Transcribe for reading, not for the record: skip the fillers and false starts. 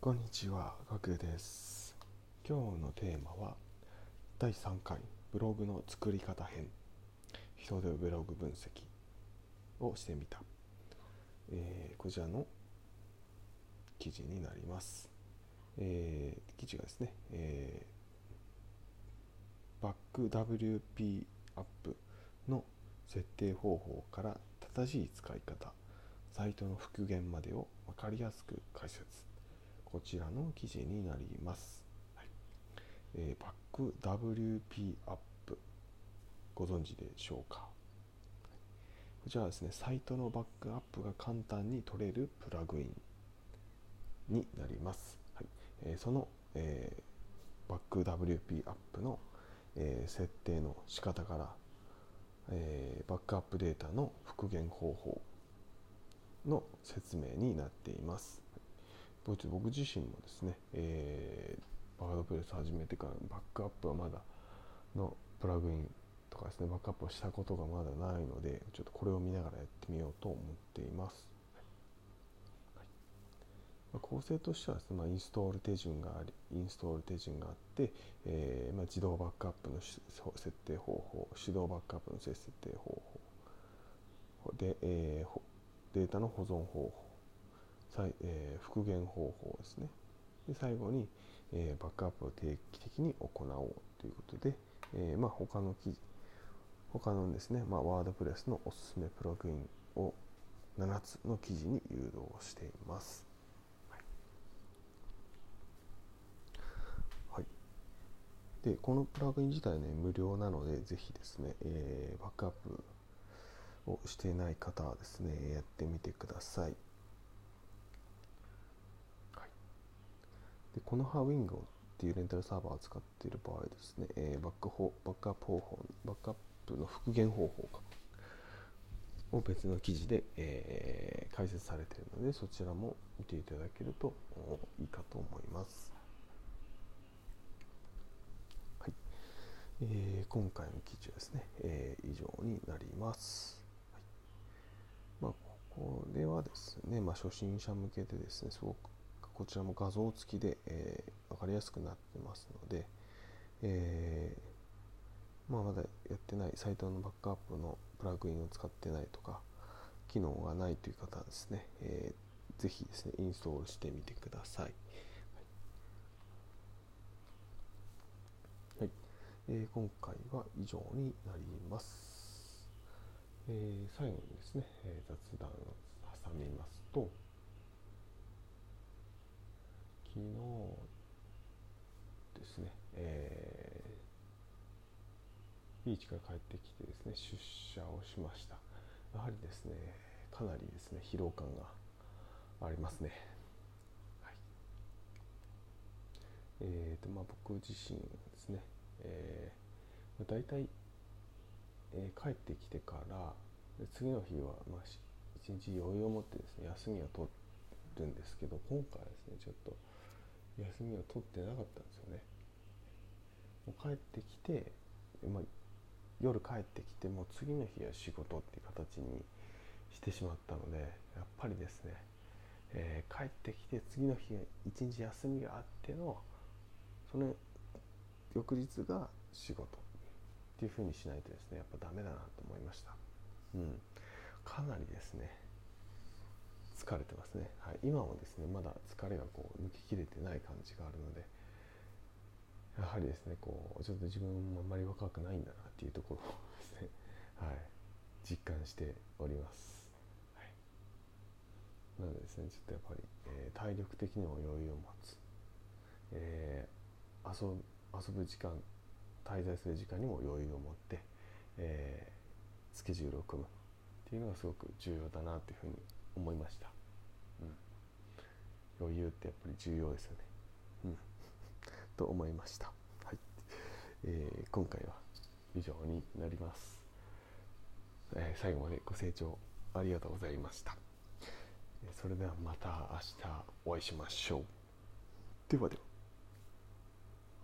こんにちは、ガクです。今日のテーマは第3回ブログの作り方編、人でブログ分析をしてみた、こちらの記事になります。記事がですね、バック WP アップの設定方法から正しい使い方、サイトの復元までを分かりやすく解説、こちらの記事になります。バック WP アップご存知でしょうか。こちらはですね、サイトのバックアップが簡単に取れるプラグインになります。その、バック WP アップの、設定の仕方から、バックアップデータの復元方法の説明になっています。僕自身もですね、ワードプレス始めてからバックアップはまだのプラグインとかですね、バックアップをしたことがまだないので、ちょっとこれを見ながらやってみようと思っています。構成としてはですね、インストール手順があって、自動バックアップの設定方法、手動バックアップの設定方法で、データの保存方法、復元方法ですね。で最後に、バックアップを定期的に行おうということで、他のですね、ワードプレスのおすすめプラグインを7つの記事に誘導しています。はい。で、このプラグイン自体ね、無料なので、ぜひですね、バックアップをしていない方はですね、やってみてください。でこのハウィングっていうレンタルサーバーを使っている場合ですね、バックアップの復元方法を別の記事で、解説されているので、そちらも見ていただけるといいかと思います。はい。今回の記事はですね、以上になります。はい。これはですね、初心者向けでですね、すごくこちらも画像付きで、分かりやすくなってますので、まだやってないサイトのバックアップのプラグインを使ってないとか機能がないという方はですね、ぜひですねインストールしてみてください。はい。今回は以上になります。最後にですね、雑談を挟みますと、昨日ですね、ビーチから帰ってきてですね、出社をしました。やはりですね、かなりですね、疲労感がありますね。はい。僕自身ですね、だいたい帰ってきてから次の日は一日余裕を持ってですね休みを取るんですけど、今回はですねちょっと休みを取ってなかったんですよね。もう帰ってきて、夜帰ってきてもう次の日は仕事っていう形にしてしまったので、やっぱりですね、帰ってきて次の日一日休みがあってのその翌日が仕事っていう風にしないとですね、やっぱダメだなと思いました。かなりですね疲れてますね。はい、今もですねまだ疲れが抜ききれてない感じがあるので、やはりですねちょっと自分もあんまり若くないんだなっていうところをですね、はい、実感しております。はい、なのでですねちょっとやっぱり、体力的にも余裕を持つ、遊ぶ時間、滞在する時間にも余裕を持って、スケジュールを組むっていうのがすごく重要だなというふうに思いました。余裕ってやっぱり重要ですよね。と思いました。はい。今回は以上になります。最後までご清聴ありがとうございました。それではまた明日お会いしましょう。ではでは。